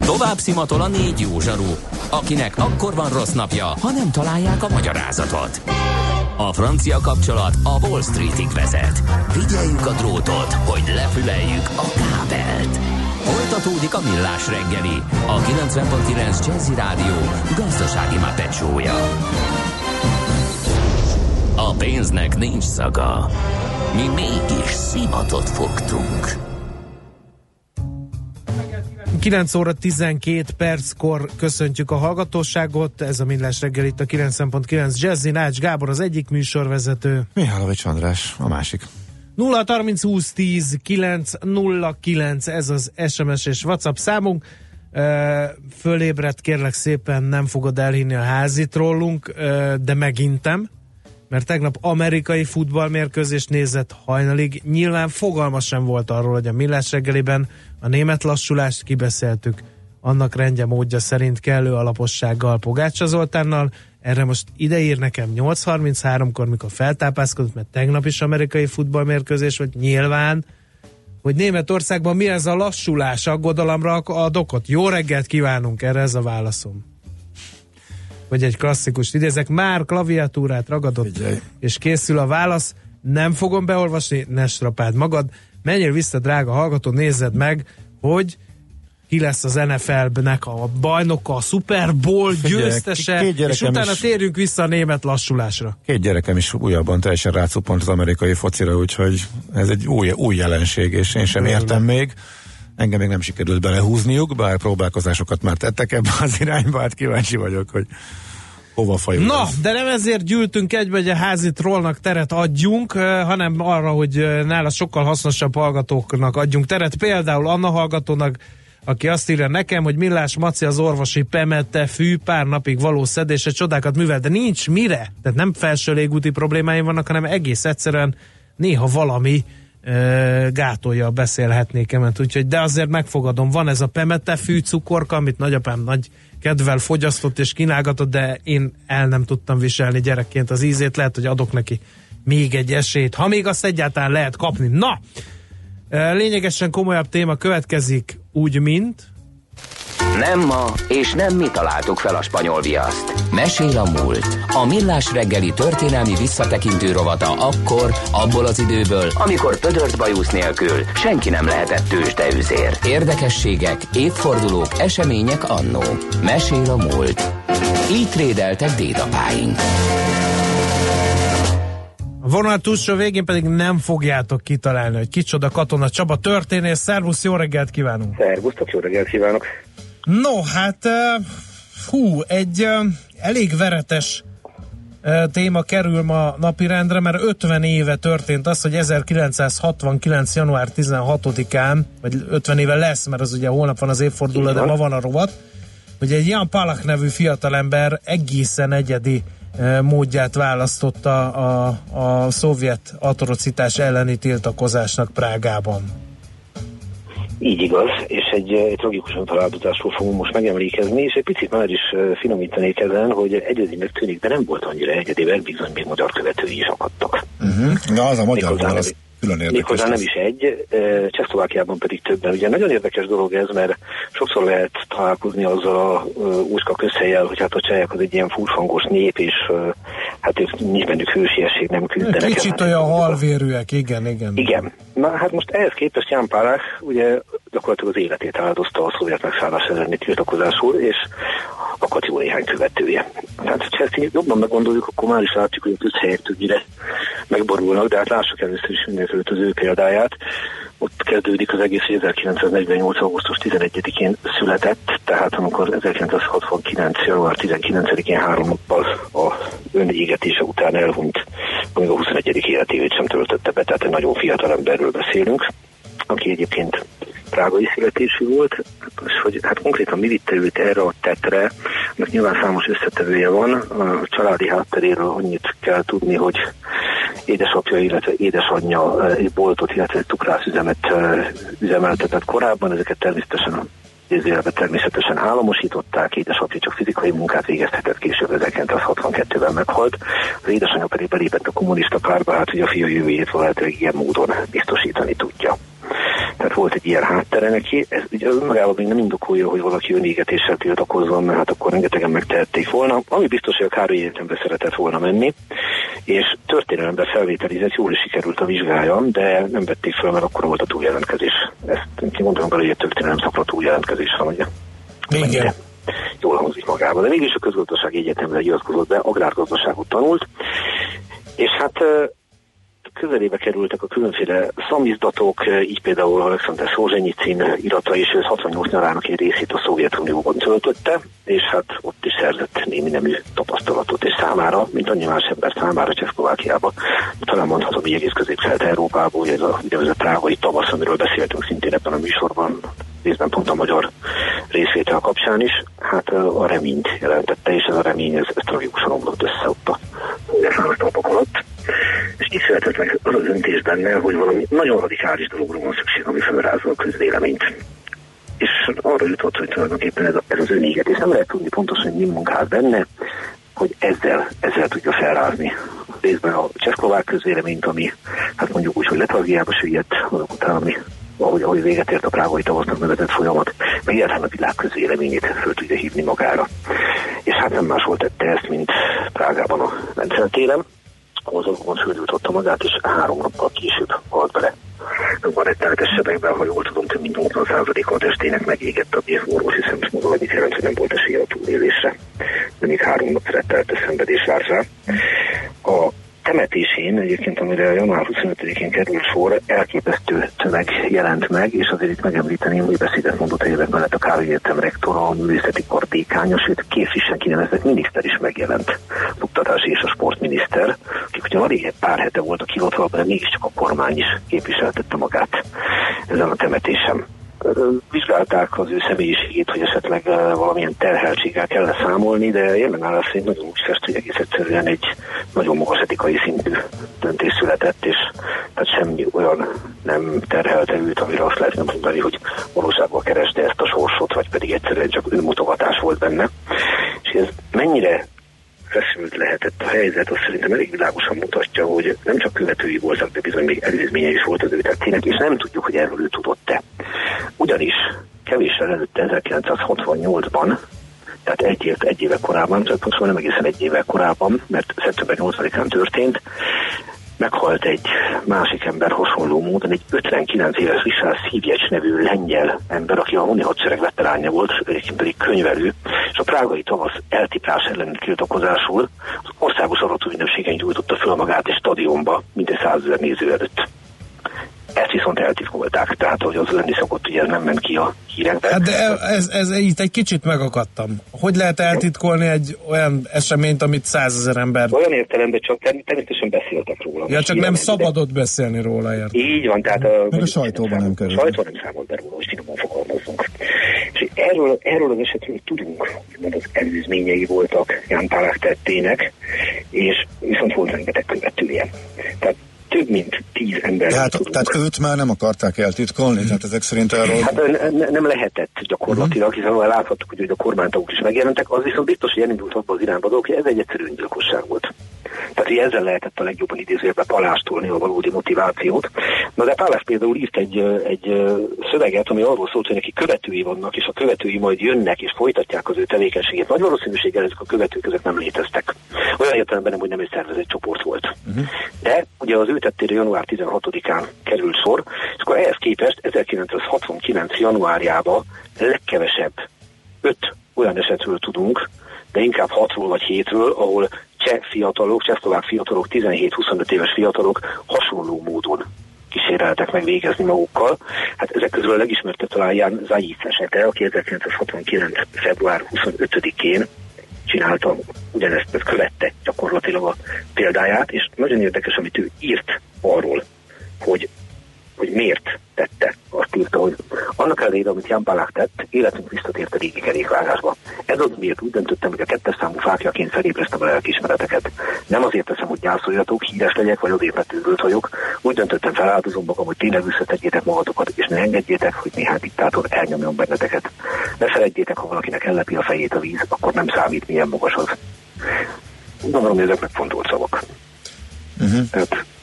Tovább szimatol a 4 jó zsaru, akinek akkor van rossz napja, ha nem találják a magyarázatot. A francia kapcsolat a Wall Streetig vezet. Figyeljük a drótot, hogy lefüleljük a kábelt. Folytatódik a Millás reggeli, a 90.9 Jazzy Rádió gazdasági mápecsója. A pénznek nincs szaga. Mi mégis szimatot fogtunk. 9 óra 12 perckor köszöntjük a hallgatóságot. Ez a Millás reggel itt a 90.9 Jazzy, Nács Gábor az egyik műsorvezető. Mihálovics András a másik. 0 30 20 10 909, ez az SMS és WhatsApp számunk. Fölébredt, kérlek szépen, nem fogod elhinni, a házit rólunk, de megintem, mert tegnap amerikai futballmérkőzést nézett hajnalig. Nyilván fogalma sem volt arról, hogy a Millás reggeliben a német lassulást kibeszéltük. Annak rendje módja szerint kellő alapossággal Pogácsa Zoltánnal. Erre most ideír nekem 8:33-kor, mikor feltápászkodott, mert tegnap is amerikai futballmérkőzés volt, nyilván, hogy Németországban mi ez a lassulás, aggodalomra ad okot. Jó reggelt kívánunk, erre ez a válaszom. Vagy egy klasszikust idézek, már klaviatúrát ragadott, figyelj, és készül a válasz. Nem fogom beolvasni, ne strapáld magad. Menjél vissza, drága hallgató, nézzed meg, hogy ki lesz az NFL-nek a bajnoka, a Super Bowl győztese, és utána térjünk vissza a német lassulásra. 2 gyerekem is újabban teljesen rácuppant az amerikai focira, úgyhogy ez egy új jelenség, és én sem értem még. Engem még nem sikerült belehúzniuk, bár próbálkozásokat már tettek ebbe az irányba, hát kíváncsi vagyok, hogy hova fajul. Na, de nem ezért gyűltünk egybe, hogy a házi trollnak teret adjunk, hanem arra, hogy nála sokkal hasznosabb hallgatóknak adjunk teret. Például Anna hallgatónak, aki azt írja nekem, hogy Millás Maci az orvosi pemete fű pár napig való szedése csodákat művel, de nincs mire. Tehát nem felső légúti problémáim vannak, hanem egész egyszerűen néha valami gátolja a beszélhetnékemet, úgyhogy de azért megfogadom, van ez a pemetefű cukorka, amit nagyapám nagy kedvel fogyasztott és kínálgatott, de én el nem tudtam viselni gyerekként az ízét, lehet, hogy adok neki még egy esélyt, ha még azt egyáltalán lehet kapni. Na, lényegesen komolyabb téma következik, úgy mint Nem ma, és nem mi találtuk fel a spanyol viaszt. Mesél a múlt. A Millás reggeli történelmi visszatekintő rovata akkor, abból az időből, amikor pödört bajusz nélkül senki nem lehetett tőzsdeüzér. Érdekességek, évfordulók, események annó. Mesél a múlt. Így trédeltek dédapáink. a vonal túlsó végén pedig nem fogjátok kitalálni, hogy kicsoda Katona Csaba történész. Szervusz, jó reggelt kívánunk! Szervusztok, jó reggelt kívánok! No, hát egy elég veretes téma kerül ma napirendre, mert 50 éve történt az, hogy 1969. január 16-án, vagy 50 éve lesz, mert az ugye holnap van az évforduló, de ma van a rovat, hogy egy Jan Palach nevű fiatalember egészen egyedi módját választotta a szovjet atrocitás elleni tiltakozásnak Prágában. Így igaz, és egy tragikusan találkozásról fogunk most megemlékezni, és egy picit már is finomítanék ezen, hogy egyedinek tűnik, de nem volt annyira egyedi, mert bizony még magyar követői is akadtak. Na, az a magyar van, az külön érdekes. Méghozzá nem is egy, Csehszlovákiában pedig többen. Ugye nagyon érdekes dolog ez, mert sokszor lehet találkozni azzal a úszka közhellyel, hogy hát a csehek az egy ilyen furfangos nép, és hát ők nincs bennük hősiesség, nem küzdenek. Kicsit olyan halvérűek, igen. Igen. Na hát most ehhez képest Jan Palach ugye gyakorlatilag az életét áldozta a szovjet megszállás elleni tiltakozásul, és akadt jó néhány követője. Tehát, ha ezt jobban meggondoljuk, akkor már is látjuk, hogy a közhelyek többnyire megborulnak, de hát lássuk először is mindenfelőtt az ő példáját. Ott kezdődik az egész, hogy 1948. augusztus 11-én született, tehát amikor 1969. január 19-én 3 nappal a önégetése után elhunyt, amíg a 21. életévét sem töltötte be, tehát egy nagyon fiatal emberről beszélünk, aki egyébként prágai születésű volt, és hogy hát konkrétan mi vitte őt erre a tettre, mert nyilván számos összetevője van, a családi hátteréről annyit kell tudni, hogy édesapja, illetve édesanyja egy boltot, illetve egy cukrászüzemet üzemeltetett korábban, ezeket természetesen államosították, édesapja csak fizikai munkát végeztetett, később 1962-ben meghalt, az édesanyja pedig belépett a kommunista párba, hát hogy a fia jövőjét valószínűleg ilyen módon biztosítani tudja. Tehát volt egy ilyen háttere neki. Ez ugye önmagában még nem indokolja, hogy valaki önégetéssel tiltakozzon, mert hát akkor rengetegen megtehették volna. Ami biztos, hogy a Károly Egyetembe szeretett volna menni, és történelemben felvételizett, jól is sikerült a vizsgája, de nem vették fel, mert akkor volt a túljelentkezés. Ezt gondolom bele, hogy egy történelem szakra túljelentkezés van, ugye? Igen. Jól hangzik magában. De mégis a Közgazdasági Egyetemre iratkozott be, agrárgazdaságot tanult, és hát közelébe kerültek a különféle szamizdatok, így például Alexander Szolzsenyicin irata, és ez 68 nyarának egy részét a Szovjetunióban töltötte, és hát ott is szerzett némi nemű tapasztalatot, és számára, mint annyi más ember számára Csehszlovákiában, talán mondhatom, hogy egész Közép-Kelet-Európából, hogy ez a úgynevezett prágai tavasz, amiről beszéltünk szintén ebben a műsorban, részben pont a magyar részvétel kapcsán is, hát a reményt jelentette, és ez a remény, ez tragikusan omlott össze ott a napok alatt. És így született meg az a döntés benne, hogy valami nagyon radikális dologról van szükség, ami felrázza a közvéleményt. És arra jutott, hogy tulajdonképpen ez az önégetés, nem lehet tudni pontosan, hogy mi munkál benne, hogy ezzel tudja felrázni. Részben a csehszlovák közvéleményt, ami hát mondjuk úgy, hogy letargiába süllyedt, azok után, ami ahogy véget ért a prágai tavasznak nevezett folyamat, meg egyáltalán a világ közvéleményét föl tudja hívni magára. És hát nem máshol tette ezt, mint Prágában a Menceltéren, ahol azonban földültotta magát, és 3 nappal később halt bele. Van rettenetes sebekben, ha jól tudom, több mint 80%-a a testének megégett, ami orvosi szempontból annyit jelent, hogy nem volt esélye a túlélésre. De még 3 nap rettenetes szenvedés vár rá. A temetésén egyébként, amire január 25-én került sor, elképesztő tömeg jelent meg, és azért itt megemlíteném, hogy beszédet mondott a évek mellett a Károly Egyetem rektora, a művészeti kar dékánya, sőt készvisen kinevezett miniszter is megjelent, az oktatási és a sportminiszter, akik ugye alig egy pár hete volt a hivatalban, de mégiscsak a kormány is képviseltette magát ezen a temetésen. Vizsgálták az ő személyiségét, hogy esetleg valamilyen terheltséggel kellene számolni, de jelen állás szerint nagyon úgy fest, hogy egész egyszerűen egy nagyon magas etikai szintű döntés született, és tehát semmi olyan nem terhelte őt, amire azt lehet mondani, hogy valóságban kereste ezt a sorsot, vagy pedig egyszerűen csak önmutogatás volt benne. És ez mennyire feszült lehetett a helyzet, azt szerintem elég világosan mutatja, hogy nem csak követői voltak, de bizony még előzménye is volt az ő tettének, és nem tudjuk, hogy erről ő tudott-e. Ugyanis kevéssel előtte 1968-ban, tehát egy éve korábban, csak pontosan nem egészen egy éve korábban, mert szeptember 8-án történt, meghalt egy másik ember hasonló módon, egy 59 éves Richard Szívjecs nevű lengyel ember, aki a Honi hadsereg veteránja volt, egyébként pedig könyvelő, és a prágai tavasz eltiprás elleni tiltakozásul az országos aratóügynökségen gyújtotta föl magát egy stadionba, mintegy 100 000 néző előtt. Ezt viszont eltitkolták, tehát hogy az lenni szokott, ugye nem ment ki a hírekbe. Hát de ez itt egy kicsit megakadtam. Hogy lehet eltitkolni egy olyan eseményt, amit 100 000 ember... Olyan értelemben csak természetesen beszéltek róla. Ja, csak nem szabadott beszélni róla, ért. Így van, tehát meg a sajtóban nem kerül. A sajtó nem számolt be róla, hogy finoman fogalmazzunk. És erről az esetről tudunk, hogy az előzményei voltak Ján Palach tettének, és viszont volt rengeteg követője. Tehát több mint 10 ember. Tehát őt már nem akarták eltitkolni? Tehát ezek szerint erről... Hát nem lehetett gyakorlatilag, hiszen láthattuk, hogy a kormánytagok is megjelentek, az viszont biztos, hogy elindult abba az irányba dolog, hogy ez egy egyszerű öngyilkosság volt. Tehát, hogy ezzel lehetett a legjobban idézőjelben palástolni a valódi motivációt. Na de Palach például írt egy szöveget, ami arról szólt, hogy neki követői vannak, és a követői majd jönnek, és folytatják az ő tevékenységét. Nagy valószínűséggel ezek a követők között nem léteztek. Olyan értelemben nem, hogy nem egy szervezett csoport volt. De ugye az ő tettére január 16-án került sor, és akkor ehhez képest 1969. januárjában legkevesebb 5 olyan esetről tudunk, de inkább 6-ról vagy 7-ről, ahol csehszlovák fiatalok, 17-25 éves fiatalok hasonló módon kíséreltek meg végezni magukkal. Hát ezek közül a legismertebb talán Jan Zajíc esete, aki 1969. február 25-én csinálta ugyanezt, követte gyakorlatilag a példáját, és nagyon érdekes, amit ő írt arról, hogy miért tette. Azt írta, hogy annak ellenére, amit Ján Palach tett, életünk visszatért a régi kerékvágásba. Ez az, miért úgy döntöttem, hogy a 2. számú fáklyaként felébreztem a lelkiismereteket. Nem azért teszem, hogy gyászoljatok, híres legyek, vagy azért, mert őrült vagyok. Úgy döntöttem, feláldozom magam, hogy tényleg visszategyétek magatokat, és ne engedjétek, hogy néhány diktátor elnyomjon benneteket. Ne feledjétek, ha valakinek ellepi a fejét a víz, akkor nem számít, milyen magas az. Gondolom, hogy ezek megfontolt szavak. Tehát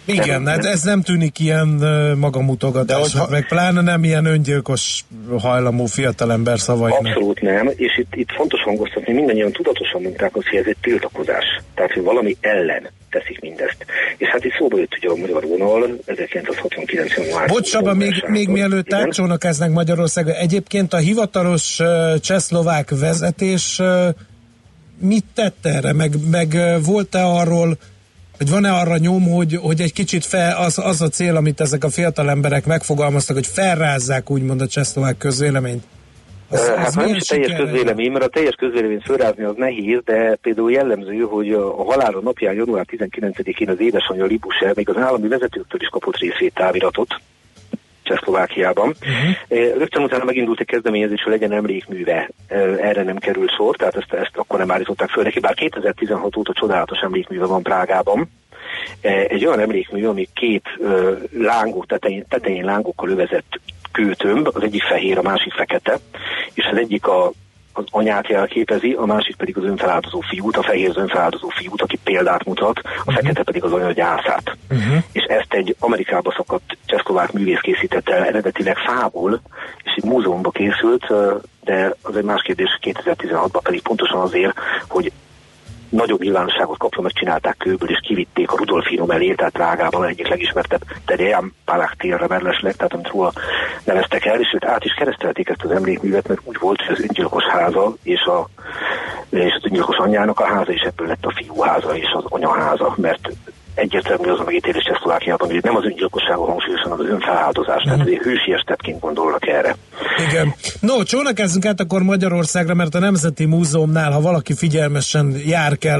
Igen, hát ez nem tűnik ilyen magamutogatásnak, meg pláne nem ilyen öngyilkos hajlamú fiatalember szavainak. Abszolút nem, és itt fontos hangoztatni, mindannyian tudatosan mondták azt, hogy ez egy tiltakozás. Tehát, hogy valami ellen teszik mindezt. És hát itt szóba jött ugye a magyar vonal 1969. január. Bocs, Csaba, még mielőtt átcsónakáznak Magyarországon, egyébként a hivatalos csehszlovák vezetés mit tett erre? Meg volt-e arról, hogy van-e arra nyom, hogy egy kicsit az a cél, amit ezek a fiatal emberek megfogalmaztak, hogy felrázzák úgymond a csehszlovák közvéleményt? Hát nem is teljes közvélemény, mert a teljes közvéleményt felrázni az nehéz, de például jellemző, hogy a halála napján, január 19-én az édesanyja Libuse még az állami vezetőktől is kapott részvételviratot Csehszlovákiában. Rögtön utána megindult egy kezdeményezés, hogy legyen emlékműve. Erre nem került sor, tehát ezt akkor nem állították föl neki, bár 2016 óta csodálatos emlékműve van Prágában. Egy olyan emlékmű, ami két lángok, tetején lángokkal övezett kőtömb, az egyik fehér, a másik fekete, és az egyik az anyát jelképezi, a másik pedig az önfeláldozó fiút, a fehér az önfeláldozó fiút, aki példát mutat, a fekete pedig az anya gyászát. És ezt egy Amerikába szakadt csehszlovák művész készítette el eredetileg fából, és egy múzeumba készült, de az egy más kérdés, 2016-ban pedig pontosan azért, hogy nagyobb nyilvánosságot kapva megcsinálták kőből, és kivitték a Rudolfinum elé, tehát Prágában egyik legismertebb Jan Palach térre mellesleg, tehát amit róla neveztek el, és őt át is keresztelték ezt az emlékművet, mert úgy volt, hogy az öngyilkos háza és az öngyilkos anyjának a háza, és ebből lett a fiú háza és az anyaháza, mert egyértelmű az a megítélés Csehszlovákiában, hogy nem az öngyilkosságon hangsúlyosan, hanem az önfeláldozás. Tehát azért hősies tettként gondolnak erre. Igen. No, csónakázzunk át akkor Magyarországra, mert a Nemzeti Múzeumnál, ha valaki figyelmesen jár kell,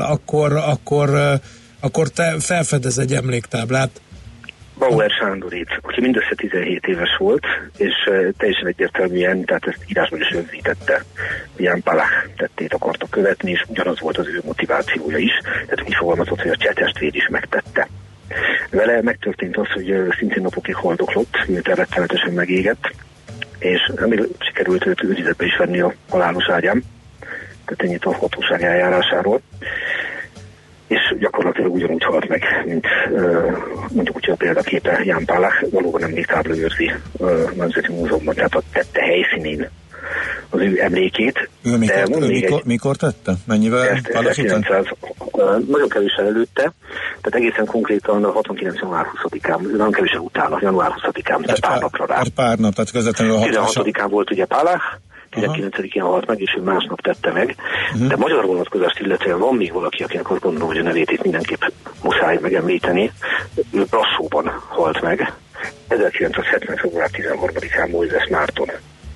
akkor te felfedez egy emléktáblát. Bauer Sándorét, aki mindössze 17 éves volt, és teljesen egyértelműen, tehát ezt írásban is rögzítette, Jan Palach tettét akarta követni, és ugyanaz volt az ő motivációja is, tehát úgy fogalmazott, hogy a cseh testvér is megtette. Vele megtörtént az, hogy szintén napokig haldoklott, miután rettenetesen megégett, és nem sikerült őt őrizetbe is venni a halálos ágyán, tehát ennyit a hatóság eljárásáról. És gyakorlatilag ugyanúgy halt meg, mint mondjuk úgy a példaképe Jan Palach, valóban emléktábla őrzi a Nemzeti Múzeumban, tehát a tette helyszínén az ő emlékét. Mikor tette? Mennyivel? 1900, nagyon kevéssel előtte, tehát egészen konkrétan a 69. január 20-án, nagyon kevéssel utána, január 20-án, tehát pár napra rá. Pár nap, tehát közvetlenül a 16-án volt ugye Palach, 19-én halt meg, és ő másnap tette meg. De magyar vonatkozást illetően van még valaki, akinek azt gondolom, hogy a nevét itt mindenképp muszáj megemlíteni. Ő Brassóban halt meg. 1970. február 13-án Moises Márton.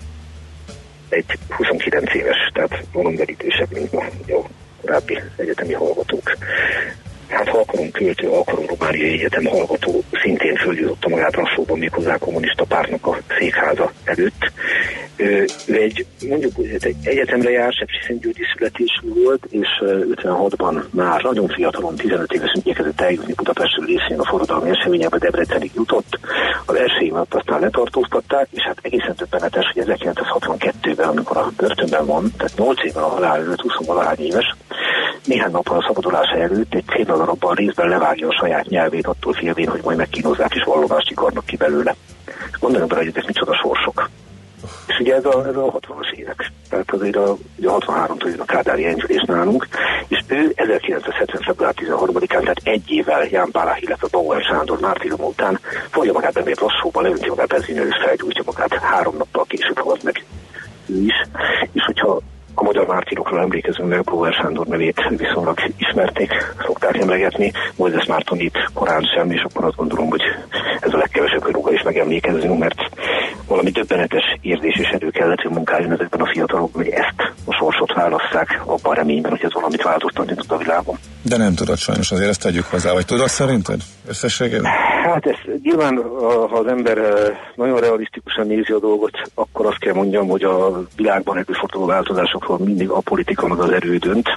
Egy 29 éves, tehát valamivel idősebb, mint ma a korábbi egyetemi hallgatók. Hát ha akarom költő, akarom Romániai Egyetem hallgató, szintén följutotta magát Brassóban, méghozzá a kommunista pártnak a székháza előtt. Ő egy egyetemre jár, Sepsiszentgyörgyi születésű volt, és 56-ban már nagyon fiatalon, 15 évesen igyekezett eljutni Budapestről részén a forradalmi eseményekbe, Debrecenig jutott. Az első év alatt aztán letartóztatták, és hát egészen döbbenetes, hogy 1962-ben, amikor a börtönben van, tehát 8 évvel a halál előtt, 20-valahány éves, néhány nappal a szabadulása előtt egy cédladarabban részben levágja a saját nyelvét, attól félvén, hogy majd megkínozzák és vallomást csikarnak ki belőle. Gondoljunk bele, hogy ezek micsoda sorsok. És ugye ez a 60-as évek, tehát azért a 63-tól jön a kádári enyhülés nálunk, és ő 1970. február 13-án, tehát egy évvel Jan Palach, illetve Bauer Sándor mártíruma után fogja magát bemér Brassóba, leönti magát benzinnel, és felgyújtja magát. 3 nappal később halt meg ő is. És hogyha a magyar mártírokról emlékezünk meg, Bauer Sándor nevét viszonylag ismerték, szokták emlegetni, Moises Mártonit korán sem, és akkor azt gondolom, hogy ez a legkevesebb körúga is megemlékezzünk, mert valami döbbenetes érzés és erőkelletű munkáljon ezekben a fiatalok, hogy ezt a sorsot válasszák abban a reményben, hogy ez valamit változtatni tud a világon. De nem tudod sajnos, azért ezt tegyük hozzá, vagy tudod szerinted? Összességében? Hát ez nyilván, ha az ember nagyon realisztikusan nézi a dolgot, akkor azt kell mondjam, hogy a világban előforduló változásokról mindig a politika meg az erő dönt.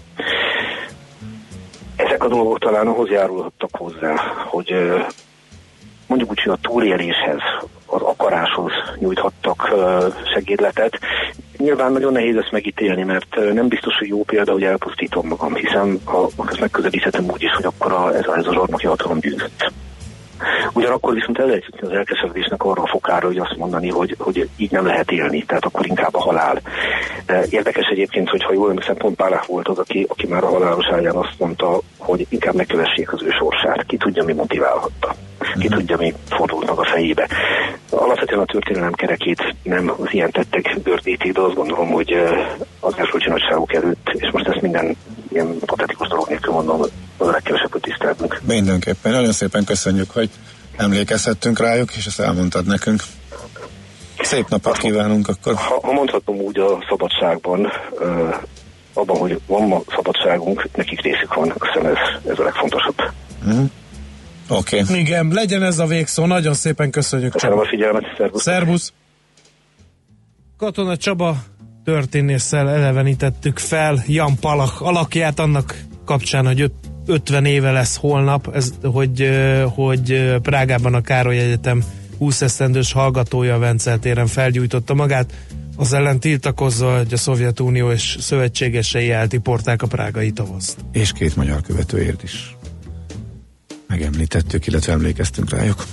Ezek a dolgok talán ahhoz járulhattak hozzá, hogy mondjuk úgy, hogy a túléléshez, az akaráshoz nyújthattak segédletet. Nyilván nagyon nehéz ezt megítélni, mert nem biztos, hogy jó példa, hogy elpusztítom magam, hiszen ezt megközelíthetem úgy is, hogy akkor ez a zsarnoki hatalom győzött. Ugyanakkor viszont el lehet jutni az elkeseredésnek arra a fokára, hogy azt mondani, hogy így nem lehet élni, tehát akkor inkább a halál. Érdekes egyébként, hogy ha jól emlékszem, pont Pálach volt az, aki már a halálos ágyán azt mondta, hogy inkább megkövessék az ő sorsát. Ki tudja, mi motiválhatta. Ki tudja, mi fordult meg a fejébe. Alapvetően a történelem kerekét nem az ilyen tettek gördítik, de azt gondolom, hogy az Erkölcsi Nagyságok előtt, és most ezt minden ilyen patetikus dolog nélkül mondom, az a legkevesebbet tiszteltünk. Mindenképpen. Nagyon szépen köszönjük, hogy emlékezhettünk rájuk, és ezt elmondtad nekünk. Szép napot kívánunk akkor. Ha mondhatom úgy a szabadságban, abban, hogy van ma szabadságunk, nekik részük van, hiszem ez a legfontosabb. Oké. Okay. Igen, legyen ez a végszó, nagyon szépen köszönjük. Köszönöm a figyelmet, szervusz. Szervusz. Katona Csaba történésszel elevenítettük fel Jan Palach alakját, annak kapcsán, hogy 50 éve lesz holnap, hogy Prágában a Károly Egyetem 20 esztendős hallgatója a Vencel téren felgyújtotta magát, az ellen tiltakozva, hogy a Szovjetunió és szövetségesei eltiporták a prágai tavaszt. És 2 magyar követőért is megemlítettük, illetve emlékeztünk rájuk.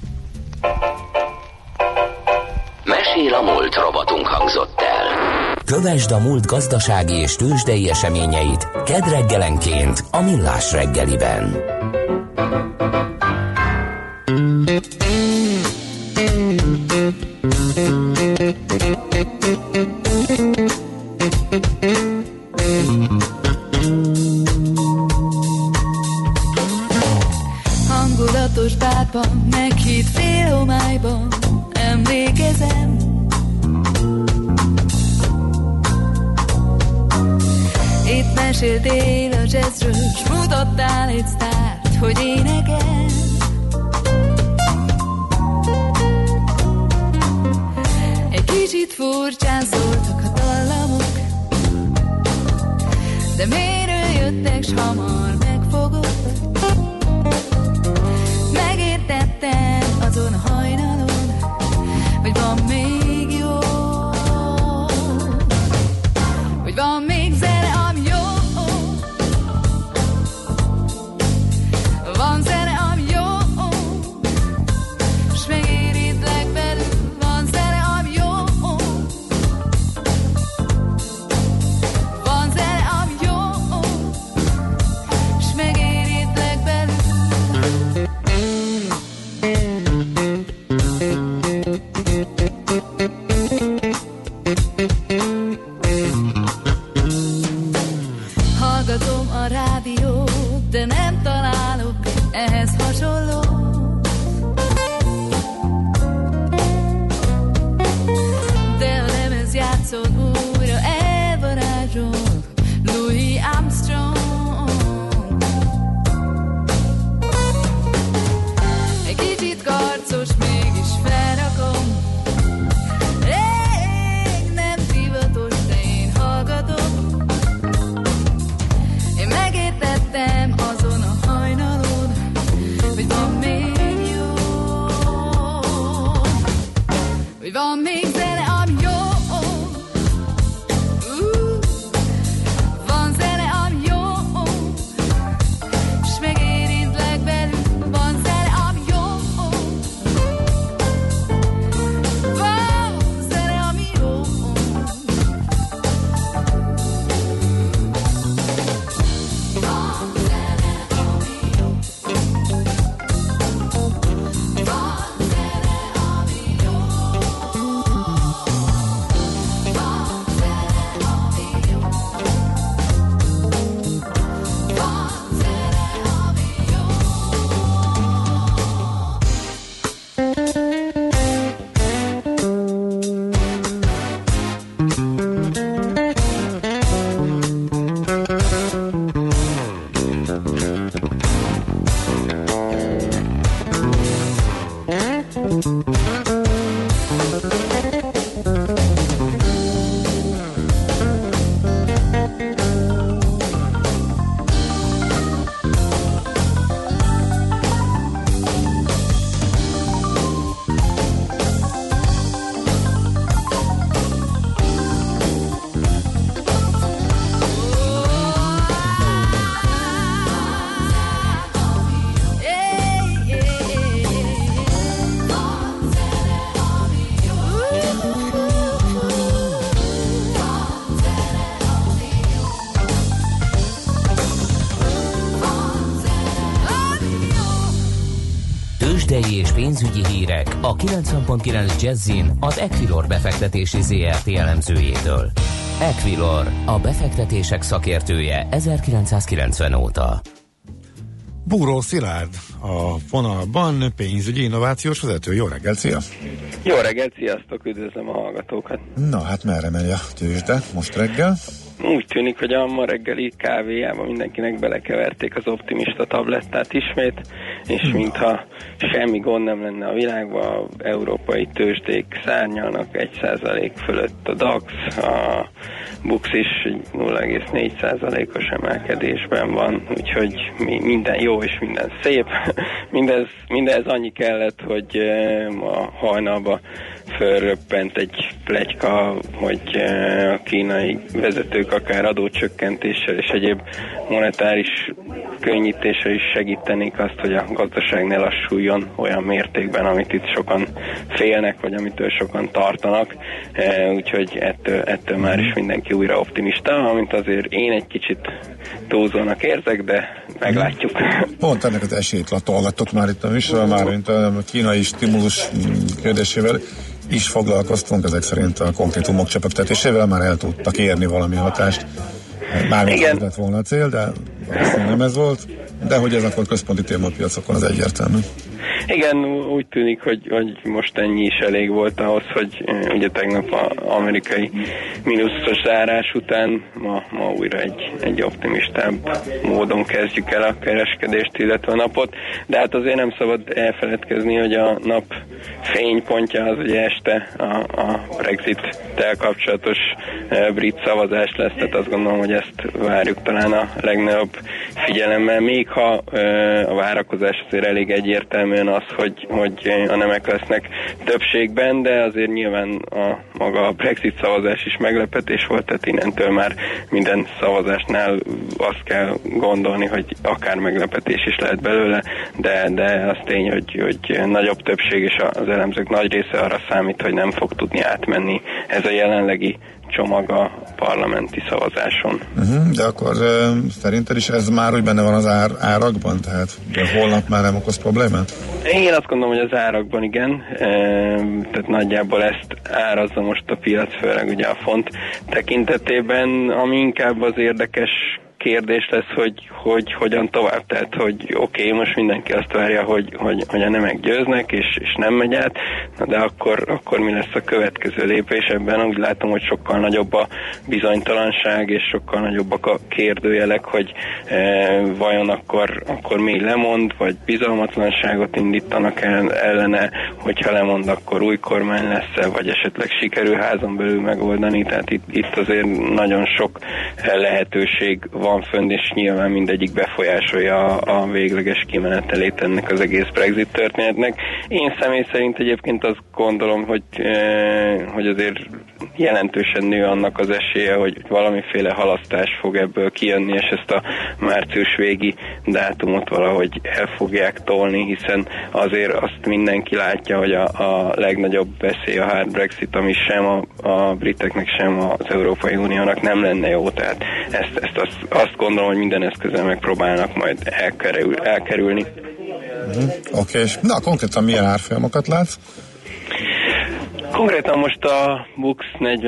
Mesél a múlt robotunk hangzott el. Kövesd a múlt gazdasági és tőzsdei eseményeit kedd reggelenként a Millás reggeliben. Hangulatos bárban, meghitt félhomályban emlékezem. Itt meséltél a jazzről, s mutattál egy sztárt, hogy énekel. Egy kicsit furcsán szóltak a dallamok, de miről jöttek, s hamar megfogott. Megértettem azon a hajnalon, hogy van még jó, hogy van még zene, ami jó. Van zene, ami jó, s megérítlek belül. Van zene, ami jó. Van zene, ami jó, s megérítlek belül. Hallgatom a rádiót, de nem találok ehhez hasonló. De a lemez játszol újra, elvarázsol Louis Armstrong. Egy kicsit karcos, mégis felrakom. Rég nem divatos, de én hallgatom. Én megértem tőzsdei és pénzügyi hírek a 90.9 Jazzin az Equilor befektetési ZRT elemzőjétől. Equilor, a befektetések szakértője 1990 óta. Búró Szilárd a vonalban, pénzügyi innovációs vezető. Jó reggel, szia! Jó reggelt, sziasztok, üdvözlöm a hallgatókat! Na hát merre megy a tőzsde most reggel? Úgy tűnik, hogy a ma reggeli kávéjába mindenkinek belekeverték az optimista tablettát ismét, és mintha semmi gond nem lenne a világban, a európai tőzsdék szárnyalnak 1% fölött a DAX, a Bux is 0,4%-os emelkedésben van, úgyhogy minden jó és minden szép. Mindez annyi kellett, hogy ma hajnalban fölröppent egy pletyka, hogy a kínai vezetők akár adócsökkentéssel és egyéb monetáris könnyítéssel is segítenék azt, hogy a gazdaság ne lassuljon olyan mértékben, amit itt sokan félnek, vagy amitől sokan tartanak. Úgyhogy ettől már is mindenki újra optimista, amint azért én egy kicsit túlzónak érzek, de meglátjuk. Pont ennek az esélyt latolgattok már itt a műsorban, már mint a kínai stimulus kérdésével is foglalkoztunk, ezek szerint a konkrétumok csepegtetésével már el tudtak érni valami hatást. Bármilyen nem lett volna a cél, de nem ez volt, de hogy ez akkor központi témapiacokon az egyértelmű. Igen, úgy tűnik, hogy most ennyi is elég volt ahhoz, hogy ugye tegnap az amerikai mínuszos zárás után ma újra egy optimistább módon kezdjük el a kereskedést, illetve a napot, de hát azért nem szabad elfeledkezni, hogy a nap fénypontja az ugye este a Brexit-tel kapcsolatos brit szavazás lesz, tehát azt gondolom, hogy ezt várjuk talán a legnagyobb figyelemmel, még ha a várakozás azért elég egyértelműen az, hogy a nemek lesznek többségben, de azért nyilván maga a Brexit szavazás is meglepetés volt, tehát innentől már minden szavazásnál azt kell gondolni, hogy akár meglepetés is lehet belőle, de az tény, hogy nagyobb többség és az elemzők nagy része arra számít, hogy nem fog tudni átmenni ez a jelenlegi csomag a parlamenti szavazáson. De akkor szerinted is ez már úgy benne van az árakban? Tehát holnap már nem okoz problémát? Én azt gondolom, hogy az árakban igen. Tehát nagyjából ezt árazza most a piac, főleg ugye a font tekintetében, ami inkább az érdekes kérdés lesz, hogy hogyan tovább. Tehát, hogy oké, most mindenki azt várja, hogy a nemek győznek, és nem megy át, de akkor mi lesz a következő lépés ebben? Úgy látom, hogy sokkal nagyobb a bizonytalanság, és sokkal nagyobbak a kérdőjelek, hogy vajon akkor még lemond, vagy bizalmatlanságot indítanak ellene, hogyha lemond, akkor új kormány lesz-e, vagy esetleg sikerül házon belül megoldani. Tehát itt azért nagyon sok lehetőség van fönn, és nyilván mindegyik befolyásolja a végleges kimenetelét ennek az egész Brexit történetnek. Én személy szerint egyébként azt gondolom, hogy azért jelentősen nő annak az esélye, hogy valamiféle halasztás fog ebből kijönni, és ezt a március végi dátumot valahogy el fogják tolni, hiszen azért azt mindenki látja, hogy a legnagyobb veszély a hard Brexit, ami sem a briteknek, sem az Európai Uniónak nem lenne jó. Tehát azt gondolom, hogy minden eszközzel megpróbálnak majd elkerülni. Oké, és na konkrétan milyen árfolyamokat látsz? Konkrétan most a Bux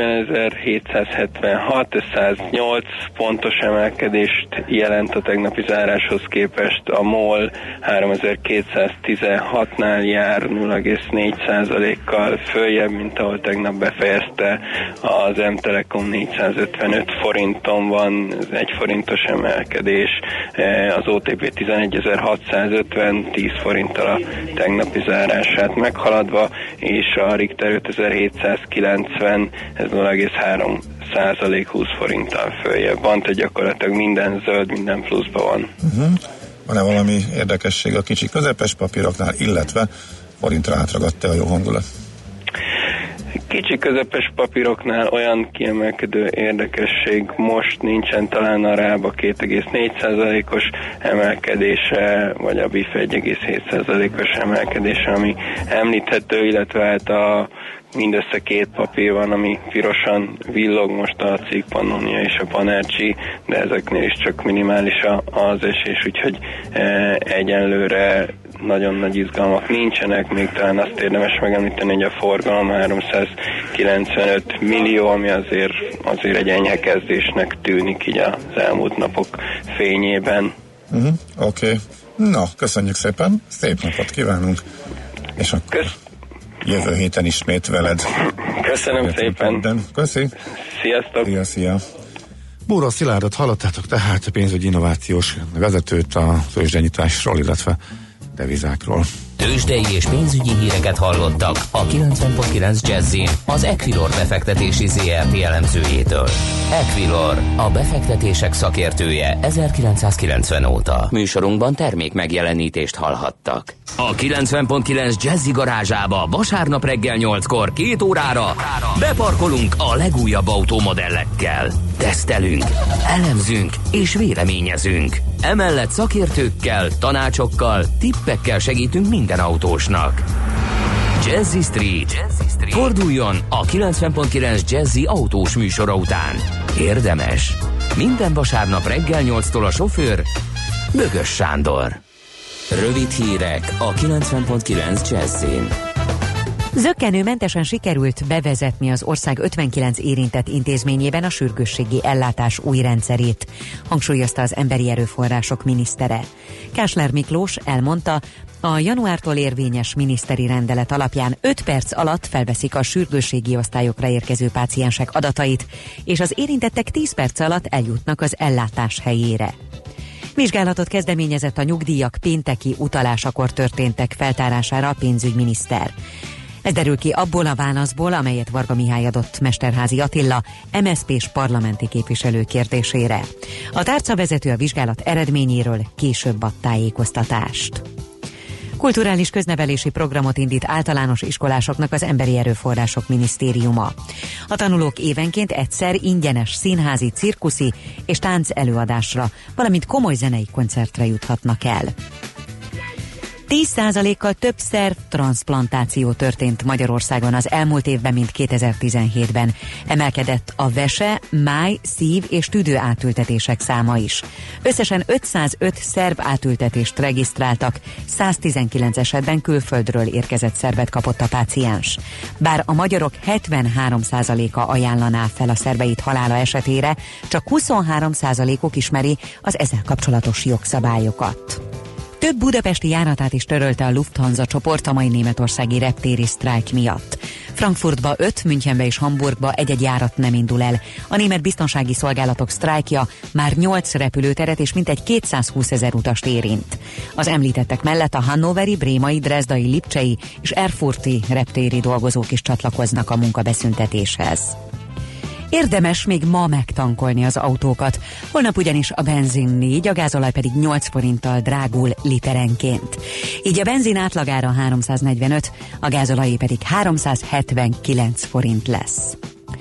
40.776, 108 pontos emelkedést jelent a tegnapi záráshoz képest, a MOL 3216-nál jár 0,4%-kal följebb, mint ahol tegnap befejezte, az M-Telekom 455 forinton van, ez 1 forintos emelkedés, az OTP 11.650, 10 forinttal a tegnapi zárását meghaladva, és a Richter 5790, ez 0,3% 20 forinttal följebb van, tehát gyakorlatilag minden zöld, minden pluszban van. Van-e valami érdekesség a kicsi közepes papíroknál, illetve forintra átragadt-e a jó hangulat? Kicsi közepes papíroknál olyan kiemelkedő érdekesség most nincsen, talán a RÁBA 2,4%-os emelkedése, vagy a BIF 1,7%-os emelkedése, ami említhető, illetve hát mindössze 2 papír van, ami pirosan villog, most a Cég Pannonia és a Banerjee, de ezeknél is csak minimális az esés, úgyhogy egyenlőre nagyon nagy izgalmak nincsenek, még talán azt érdemes megemlíteni, hogy a forgalom 395 millió, ami azért egy enyhe kezdésnek tűnik így az elmúlt napok fényében. Oké. Na, köszönjük szépen, szép napot kívánunk, és akkor jövő héten ismét veled. Köszönöm szépen. Köszi. Sziasztok. Szia. Búró Szilárdot hallottátok, tehát a pénzügyi innovációs vezetőt a tőzsdenyításról, illetve devizákról. Tőzsdei és pénzügyi híreket hallottak a 90.9 Jazzin az Equilor befektetési ZRT elemzőjétől. Equilor, a befektetések szakértője 1990 óta. Műsorunkban termék megjelenítést hallhattak. A 90.9 Jazzy garázsába vasárnap reggel 8-kor 2 órára beparkolunk a legújabb automodellekkel. Tesztelünk, elemzünk és véleményezünk. Emellett szakértőkkel, tanácsokkal, tippekkel segítünk minden autósnak. Jazzy Street. Forduljon a 90.9 Jazzy autós műsora után. Érdemes. Minden vasárnap reggel 8-tól a sofőr Bögös Sándor. Rövid hírek a 90.9 Jazzyn. Zökkenőmentesen sikerült bevezetni az ország 59 érintett intézményében a sürgősségi ellátás új rendszerét, hangsúlyozta az emberi erőforrások minisztere. Kásler Miklós elmondta, a januártól érvényes miniszteri rendelet alapján 5 perc alatt felveszik a sürgősségi osztályokra érkező páciensek adatait, és az érintettek 10 perc alatt eljutnak az ellátás helyére. Vizsgálatot kezdeményezett a nyugdíjak pénteki utalásakor történtek feltárására a pénzügyminiszter. Ez derül ki abból a válaszból, amelyet Varga Mihály adott Mesterházy Attila, MSZP-s parlamenti képviselő kérdésére. A tárcavezető a vizsgálat eredményéről később ad tájékoztatást. Kulturális köznevelési programot indít általános iskolásoknak az Emberi Erőforrások Minisztériuma. A tanulók évenként egyszer ingyenes színházi, cirkuszi és tánc előadásra, valamint komoly zenei koncertre juthatnak el. 10%-kal több szervtranszplantáció történt Magyarországon az elmúlt évben, mint 2017-ben. Emelkedett a vese, máj, szív- és tüdő átültetések száma is. Összesen 505 szerv átültetést regisztráltak, 119 esetben külföldről érkezett szervet kapott a páciens. Bár a magyarok 73%-a ajánlaná fel a szerveit halála esetére, csak 23%-uk ismeri az ezzel kapcsolatos jogszabályokat. Több budapesti járatát is törölte a Lufthansa csoport a mai németországi reptéri sztrájk miatt. Frankfurtba 5, Münchenbe és Hamburgba egy-egy járat nem indul el. A német biztonsági szolgálatok sztrájkja már 8 repülőteret és mintegy 220 000 utast érint. Az említettek mellett a hannoveri, brémai, drezdai, lipcsei és erfurti reptéri dolgozók is csatlakoznak a munkabeszüntetéshez. Érdemes még ma megtankolni az autókat. Holnap ugyanis a benzin 4, a gázolaj pedig 8 forinttal drágul literenként. Így a benzin átlagára 345, a gázolajé pedig 379 forint lesz.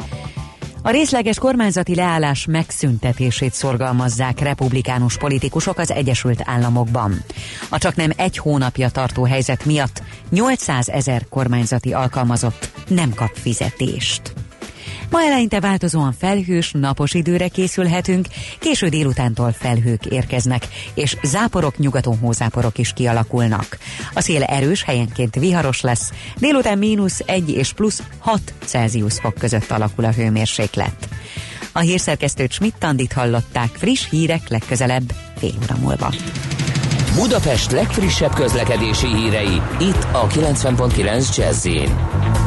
A részleges kormányzati leállás megszüntetését szorgalmazzák republikánus politikusok az Egyesült Államokban. A csaknem 1 hónapja tartó helyzet miatt 800 000 kormányzati alkalmazott nem kap fizetést. Ma eleinte változóan felhős, napos időre készülhetünk, késő délutántól felhők érkeznek, és záporok, nyugaton hózáporok is kialakulnak. A szél erős, helyenként viharos lesz, délután -1 és +6 Celsius fok között alakul a hőmérséklet. A hírszerkesztőt Schmidt-Tandit hallották, friss hírek legközelebb fél óra múlva. Budapest legfrissebb közlekedési hírei, itt a 90.9 Jazzyn.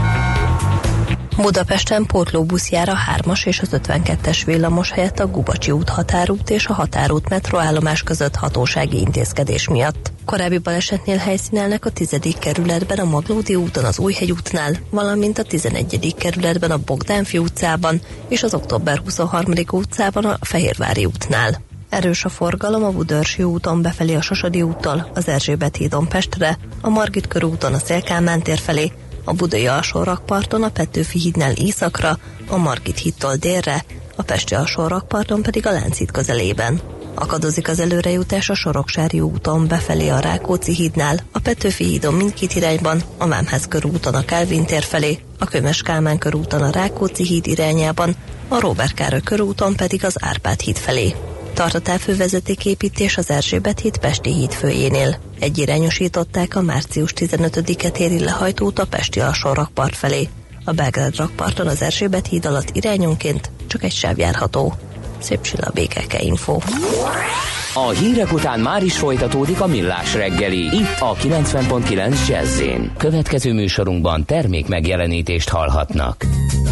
Budapesten pótlóbusz jár a 3-as és az 52-es villamos helyett a Gubacsi út határút és a határút metróállomás között hatósági intézkedés miatt. Korábbi balesetnél helyszínelnek a 10. kerületben a Maglódi úton az Újhegy útnál, valamint a 11. kerületben a Bogdánfi utcában és az Október 23. utcában a Fehérvári útnál. Erős a forgalom a Budaörsi úton befelé a Sasadi úttól, az Erzsébet hídon Pestre, a Margit körúton a Széll-Kálmán tér felé, a budai alsórakparton a Petőfi hídnál északra, a Margit hídtól délre, a pesti alsórakparton pedig a Lánchíd közelében. Akadozik az előrejutás a Soroksári úton befelé a Rákóczi hídnál, a Petőfi hídon mindkét irányban, a Vámház körúton a Kálvin tér felé, a Kömes Kálmán körúton a Rákóczi híd irányában, a Róbert Károly körúton pedig az Árpád híd felé. Tart a távhővezetéképítés az Erzsébet híd Pesti híd főjénél. Egyirányosították a március 15-e téri lehajtót a pesti alsórakpart felé. A Belgrád rakparton az Erzsébet híd alatt irányonként csak egy sáv járható. Szép Csilla, BKK Info. A hírek után már is folytatódik a Millás reggeli, itt a 90.9 Jazz-in. Következő műsorunkban termék megjelenítést hallhatnak.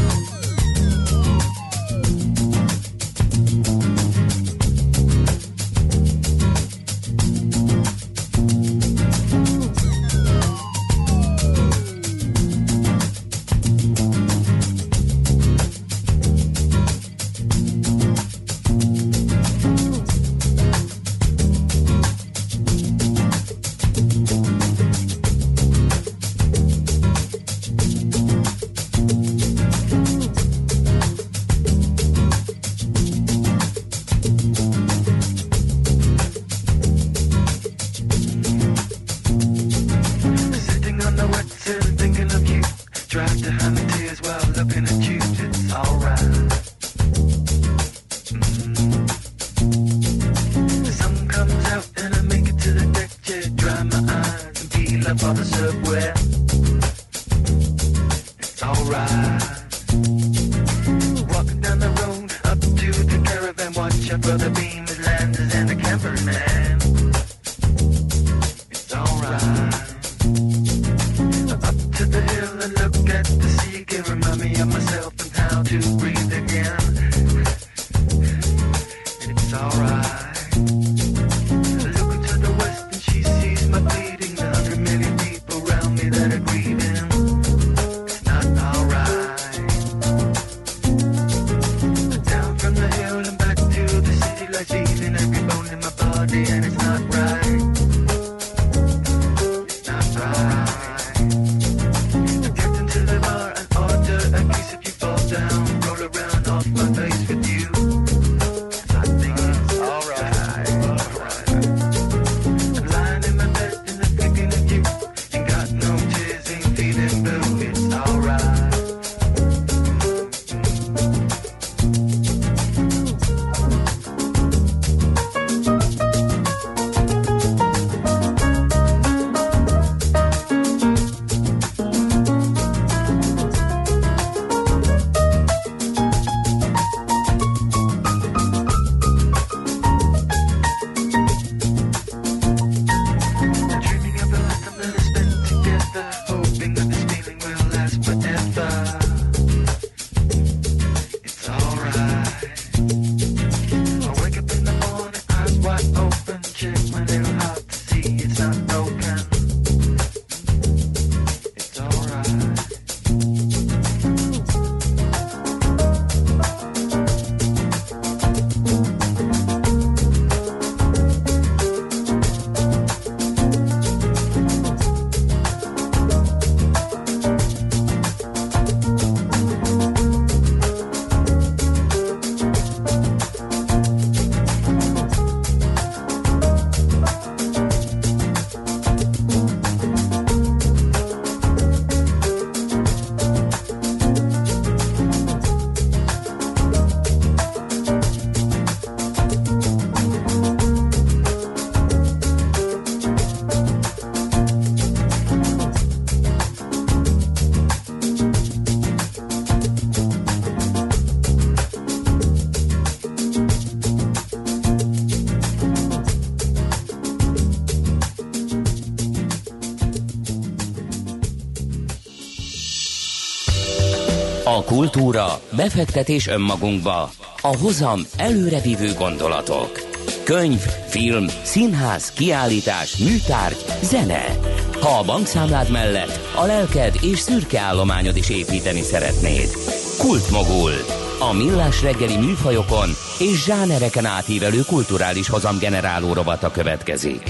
A kultúra, befektetés önmagunkba, a hozam előrevívő gondolatok. Könyv, film, színház, kiállítás, műtárgy, zene. Ha a bankszámlád mellett a lelked és szürke állományod is építeni szeretnéd. Kultmogul. A Millás reggeli műfajokon és zsánereken átívelő kulturális hozamgeneráló rovata következik.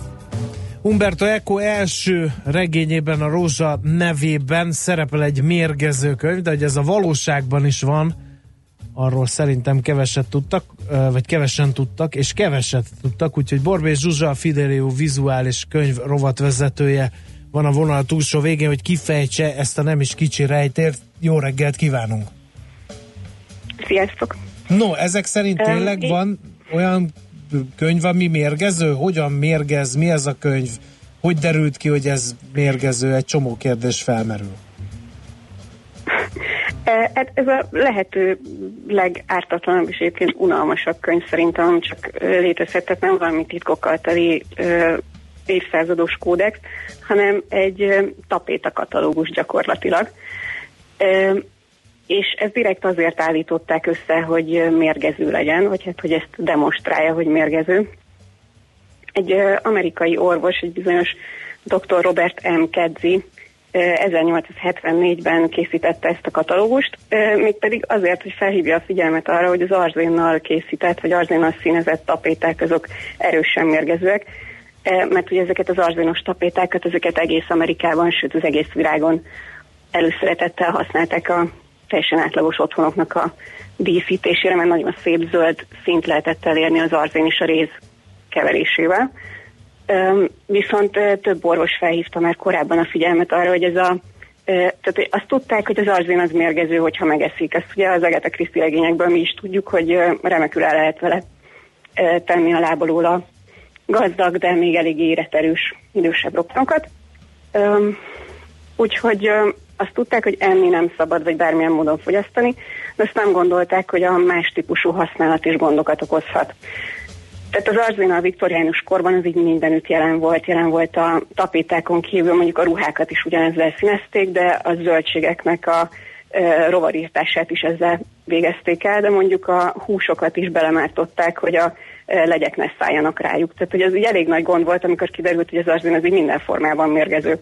Umberto Eco első regényében, a Rózsa nevében szerepel egy mérgező könyv, de hogy ez a valóságban is van, arról szerintem keveset tudtak, vagy kevesen tudtak, és keveset tudtak, úgyhogy Borbély Zsuzsa, a Fidelio vizuális könyv rovatvezetője van a vonal túlsó végén, hogy kifejtse ezt a nem is kicsi rejtért. Jó reggelt kívánunk! Sziasztok! No, ezek szerint tényleg van olyan könyv, ami mérgező? Hogyan mérgez? Mi ez a könyv? Hogy derült ki, hogy ez mérgező? Egy csomó kérdés felmerül. Ez a lehető legártatlanabb és egyébként unalmasabb könyv szerintem, csak létezhet, tehát nem valami titkokkal teli évszázados kódex, hanem egy tapétakatalógus gyakorlatilag. És ezt direkt azért állították össze, hogy mérgező legyen, vagy hát, hogy ezt demonstrálja, hogy mérgező. Egy amerikai orvos, egy bizonyos dr. Robert M. Kedzie 1874-ben készítette ezt a katalógust, mégpedig azért, hogy felhívja a figyelmet arra, hogy az arzénnal készített, vagy arzénnal színezett tapéták azok erősen mérgezőek, mert ugye ezeket az arzénos tapétákat, ezeket egész Amerikában, sőt az egész világon előszeretettel használták a teljesen átlagos otthonoknak a díszítésére, mert nagyon szép zöld színt lehetett elérni az arzén és a réz keverésével. Viszont több orvos felhívta már korábban a figyelmet arra, hogy tehát azt tudták, hogy az arzén az mérgező, hogyha megeszik. Ezt ugye az Agatha Christie regényekből mi is tudjuk, hogy remekül el lehet vele tenni a láb alól a gazdag, de még elég életerős idősebb rokonokat. Úgyhogy azt tudták, hogy enni nem szabad, vagy bármilyen módon fogyasztani, de azt nem gondolták, hogy a más típusú használat is gondokat okozhat. Tehát az arzén a viktoriánus korban az így mindenütt jelen volt a tapétákon kívül, mondjuk a ruhákat is ugyanezzel színezték, de a zöldségeknek a rovarírtását is ezzel végezték el, de mondjuk a húsokat is belemártották, hogy a legyek ne szálljanak rájuk. Tehát hogy ez így elég nagy gond volt, amikor kiderült, hogy az arzén az így minden formában mérgező.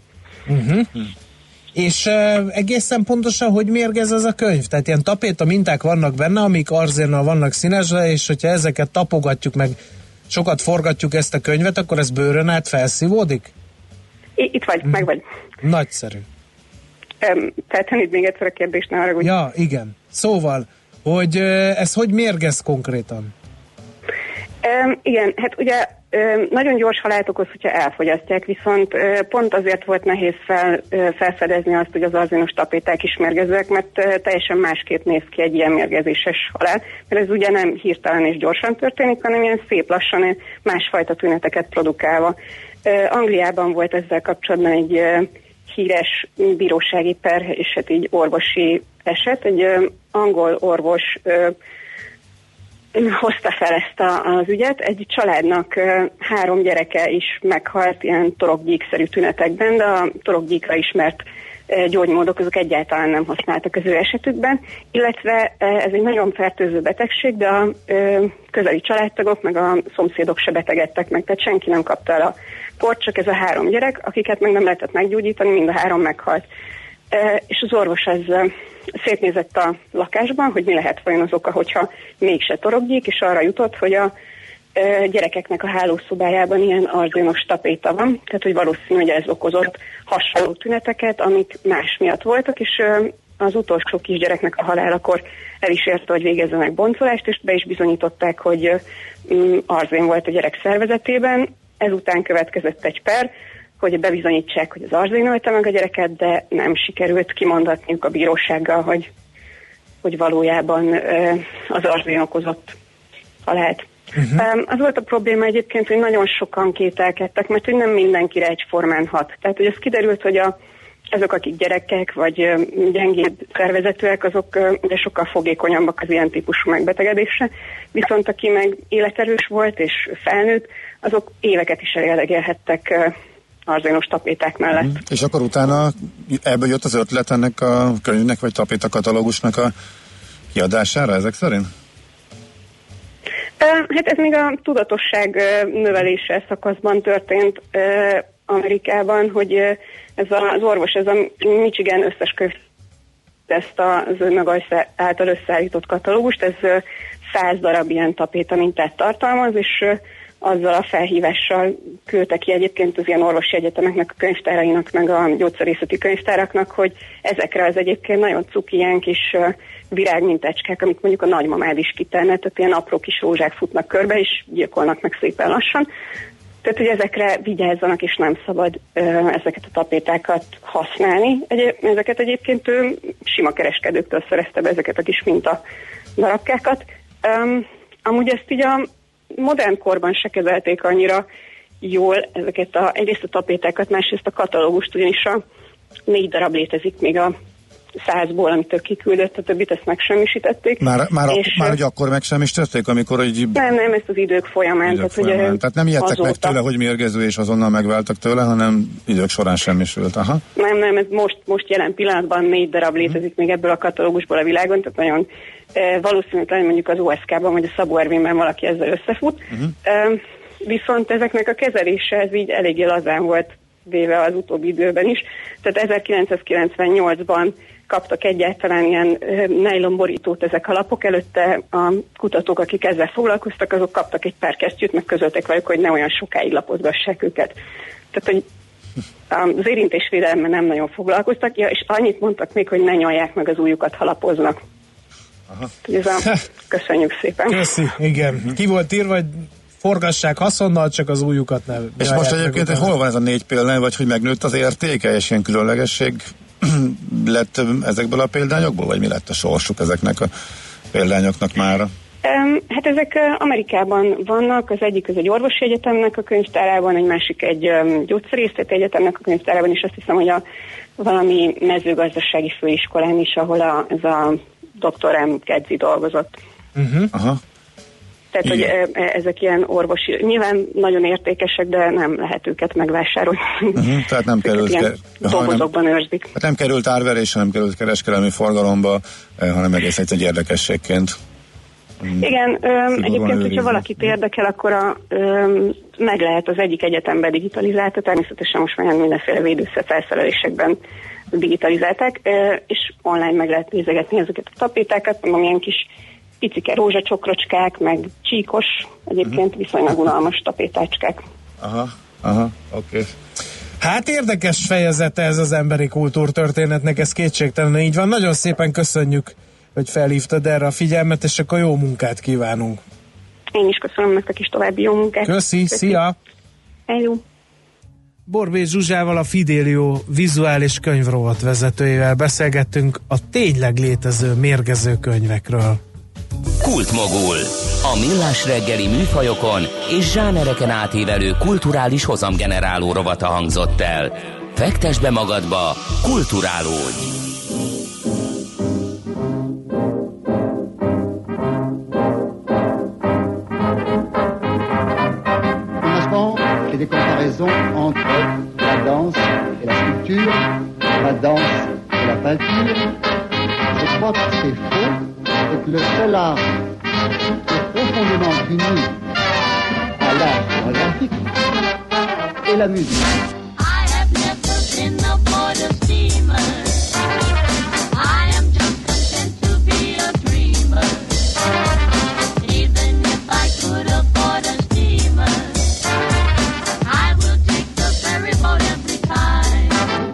És egészen pontosan, hogy mérgez ez a könyv? Tehát ilyen tapéta minták vannak benne, amik arzénnal vannak színezve, és hogyha ezeket tapogatjuk meg, sokat forgatjuk ezt a könyvet, akkor ez bőrön át felszívódik? Itt vagy, meg vagy. Nagyszerű. Feltennéd még egyszer a kérdést, ne arra, hogy... Ja, igen. Szóval, hogy ez hogy mérgez konkrétan? Igen, hát ugye nagyon gyors halált okoz, hogyha elfogyasztják, viszont pont azért volt nehéz felfedezni azt, hogy az arzénos tapéták is mérgezőek, mert teljesen másképp néz ki egy ilyen mérgezéses halál, mert ez ugye nem hirtelen és gyorsan történik, hanem ilyen szép lassan másfajta tüneteket produkálva. Angliában volt ezzel kapcsolatban egy híres bírósági per, és hát így orvosi eset. Egy angol orvos hozta fel ezt az ügyet. Egy családnak 3 gyereke is meghalt ilyen torokgyíkszerű tünetekben, de a torokgyíkra ismert gyógymódok azok egyáltalán nem használtak az ő esetükben, illetve ez egy nagyon fertőző betegség, de a közeli családtagok meg a szomszédok se betegedtek meg, tehát senki nem kapta el a port, csak ez a 3 gyerek, akiket meg nem lehetett meggyógyítani, mind a 3 meghalt. És az orvos az szétnézett a lakásban, hogy mi lehet vajon az oka, hogyha mégse torokgyík, és arra jutott, hogy a gyerekeknek a hálószobájában ilyen arzénos tapéta van, tehát hogy valószínű, hogy ez okozott hasonló tüneteket, amik más miatt voltak, és az utolsó kisgyereknek a halálakor el is érte, hogy végezzenek boncolást, és be is bizonyították, hogy arzén volt a gyerek szervezetében. Ezután következett egy per, hogy bebizonyítsák, hogy az arzén ölte meg a gyereket, de nem sikerült kimondatniuk a bírósággal, hogy valójában az arzén okozott halált. Az volt a probléma egyébként, hogy nagyon sokan kételkedtek, mert hogy nem mindenkire egyformán hat. Tehát, hogy az kiderült, hogy azok, akik gyerekek, vagy gyengébb szervezetűek, azok ugye sokkal fogékonyabbak az ilyen típusú megbetegedésre, viszont aki meg életerős volt és felnőtt, azok éveket is elégedhettek arzénos tapéták mellett. És akkor utána ebből jött az ötlet ennek a könyvnek, vagy tapétakatalógusnak a kiadására ezek szerint? Hát ez még a tudatosság növelése szakaszban történt Amerikában, hogy ez az orvos, ez a Michigan összes könyv, ezt az önmaga által összeállított katalógust, ez 100 darab ilyen tapéta mintát tartalmaz, és azzal a felhívással küldte ki egyébként az ilyen orvosi egyetemeknek, a könyvtárainak, meg a gyógyszerészeti könyvtáraknak, hogy ezekre az egyébként nagyon cuki ilyen kis virágmintácskák, amik mondjuk a nagymamád is kitenne, tehát ilyen apró kis rózsák futnak körbe, és gyilkolnak meg szépen lassan. Tehát, hogy ezekre vigyázzanak, és nem szabad ezeket a tapétákat használni. Ezeket egyébként sima kereskedőktől szerezte be ezeket a kis minta darabkákat. Amúgy ezt így a modern korban se kezelték annyira jól ezeket egyrészt a tapétákat, másrészt a katalógust, ugyanis 4 darab létezik még a 100-ból, amit ő kiküldött, a többit ezt megsemmisítették. Már hogy akkor megsemmisítették, amikor hogy... Nem, ezt az idők folyamán. Tehát nem ijedtek meg tőle, hogy mérgező, és azonnal megváltak tőle, hanem idők során semmisült. Aha. Nem, ez most jelen pillanatban 4 darab létezik még ebből a katalógusból a világon, tehát nagyon valószínűleg mondjuk az OSK-ban, vagy a Szabó Ervinben valaki ezzel összefut. Viszont ezeknek a kezelése ez így eléggé lazán volt véve az utóbbi időben is. Tehát 1998-ban kaptak egyáltalán ilyen nejlonborítót ezek a lapok. Előtte a kutatók, akik ezzel foglalkoztak, azok kaptak egy pár kesztyűt, meg közöltek velük, hogy ne olyan sokáig lapozgassák őket. Tehát, hogy az érintésvédelemmel nem nagyon foglalkoztak, és annyit mondtak még, hogy ne nyalják meg az ujjukat, ha lapoznak. Köszönjük szépen. Köszi, igen. Ki volt írva, hogy forgassák haszonnal, csak az ujjukat nem. És most egyébként hol van ez a 4 példány, vagy hogy megnőtt az értéke, és ilyen különlegesség lett ezekből a példányokból, vagy mi lett a sorsuk ezeknek a példányoknak mára? Hát ezek Amerikában vannak, az egyik az egy orvosi egyetemnek a könyvtárában, egy másik egy gyógyszerészeti egyetemnek a könyvtárában, és azt hiszem, hogy valami mezőgazdasági főiskolán is, ahol ez a Dr. M. Kedzi dolgozott. Aha. Tehát, hogy ezek ilyen orvosi, nyilván nagyon értékesek, de nem lehet őket megvásárolni. Tehát nem került dobozokban őrzik. Hát nem került árverésre, nem került kereskedelmi forgalomba, hanem egész egy érdekességként. Igen, egyébként, hogyha valakit érdekel, akkor meg lehet az egyik egyetemben digitalizálta, természetesen most már mindenféle védőszer felszerelésekben digitalizálták, és online meg lehet nézegetni ezeket a tapétákat, amilyen kis picike rózsacsokrocskák, meg csíkos, egyébként viszonylag unalmas tapétácskák. Aha, oké. Hát érdekes fejezete ez az emberi kultúrtörténetnek, ez kétségtelen így van. Nagyon szépen köszönjük, hogy felhívtad erre a figyelmet, és akkor jó munkát kívánunk. Én is köszönöm nektek is további jó munkát. Köszi. Szia! Hello. Borbély Zsuzsával, a Fidelio vizuális könyvrovat vezetőjével beszélgettünk a tényleg létező mérgező könyvekről. Kultmogul. A millás reggeli műfajokon és zsánereken átívelő kulturális hozamgeneráló rovata hangzott el. Fektesd be magadba, kulturálódj! J'ai des comparaisons entre la danse et la sculpture, la danse et la peinture. Je crois que c'est faux et que le seul art qui est profondément uni à l'art chorégraphique est la musique. I have never been aboard a steamer. I am just content to be a dreamer. Even if I could afford a steamer, I will take the ferry boat every time.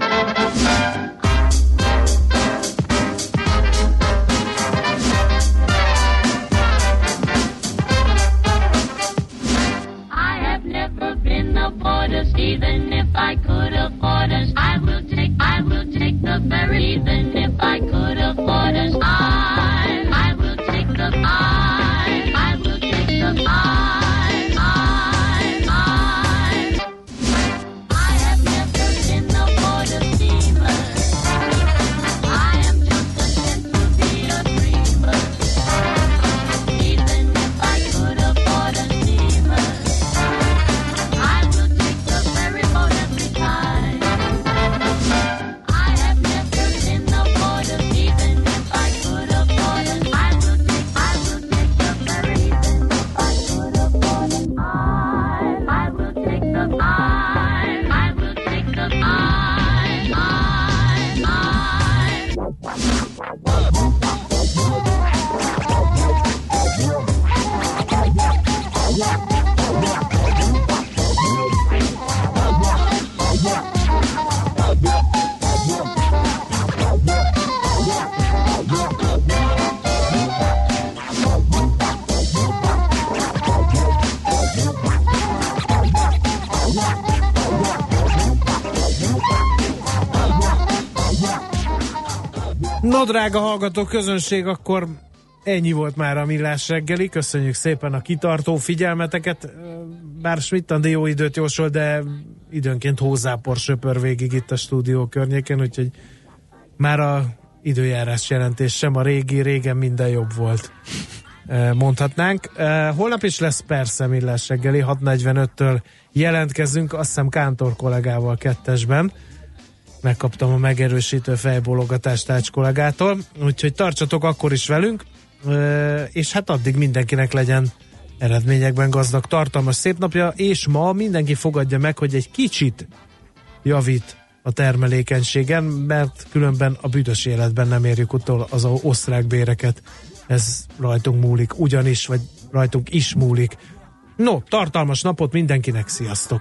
I have never been aboard us, even if I could afford us. I will take the ferry, even if I could afford us. I will take the I will take the I have never been aboard a steamer. I am just content to be a dreamer. Even if I could afford a steamer, I will take the ferry boat every time. I have never been aboard a even if I could afford it. I will take the ferry even if I could afford it. I will take the I will take the No, drága hallgató közönség, akkor ennyi volt már a Millás reggeli, köszönjük szépen a kitartó figyelmeteket, bár Schmidt-Andi jó időt jósol, de időnként hózápor söpör végig itt a stúdió környéken, úgyhogy már a időjárás jelentés sem a régen minden jobb volt, mondhatnánk. Holnap is lesz persze Millás reggeli, 6:45-től jelentkezünk, azt hiszem Kántor kollégával 2-esben. Megkaptam a megerősítő fejbólogatást Ács kollégától, úgyhogy tartsatok akkor is velünk, és hát addig mindenkinek legyen eredményekben gazdag, tartalmas szép napja, és ma mindenki fogadja meg, hogy egy kicsit javít a termelékenységen, mert különben a büdös életben nem érjük utol az osztrák béreket. Ez rajtunk múlik, ugyanis, vagy rajtunk is múlik. No, tartalmas napot mindenkinek, sziasztok!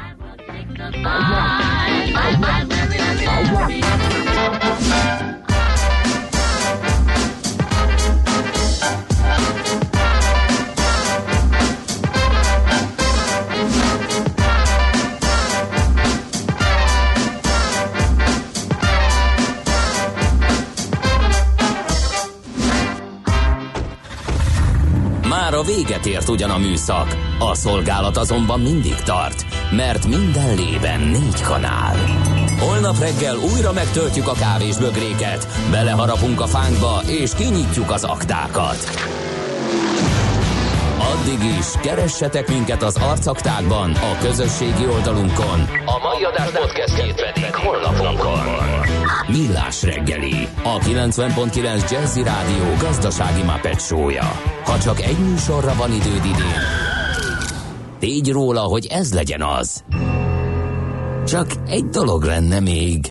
Már a véget ért ugyan a műszak, a szolgálat azonban mindig tart, mert minden lében 4 kanál. Holnap reggel újra megtöltjük a kávésbögréket, beleharapunk a fánkba és kinyitjuk az aktákat. Addig is keressetek minket az arcaktákban, a közösségi oldalunkon, a mai adás podcastjét pedig honlapunkon. Millás reggeli, a 90.9 Jazzy Rádió gazdasági Muppet show-ja. Ha csak egy műsorra van időd idén, tégy róla, hogy ez legyen az. Csak egy dolog lenne még.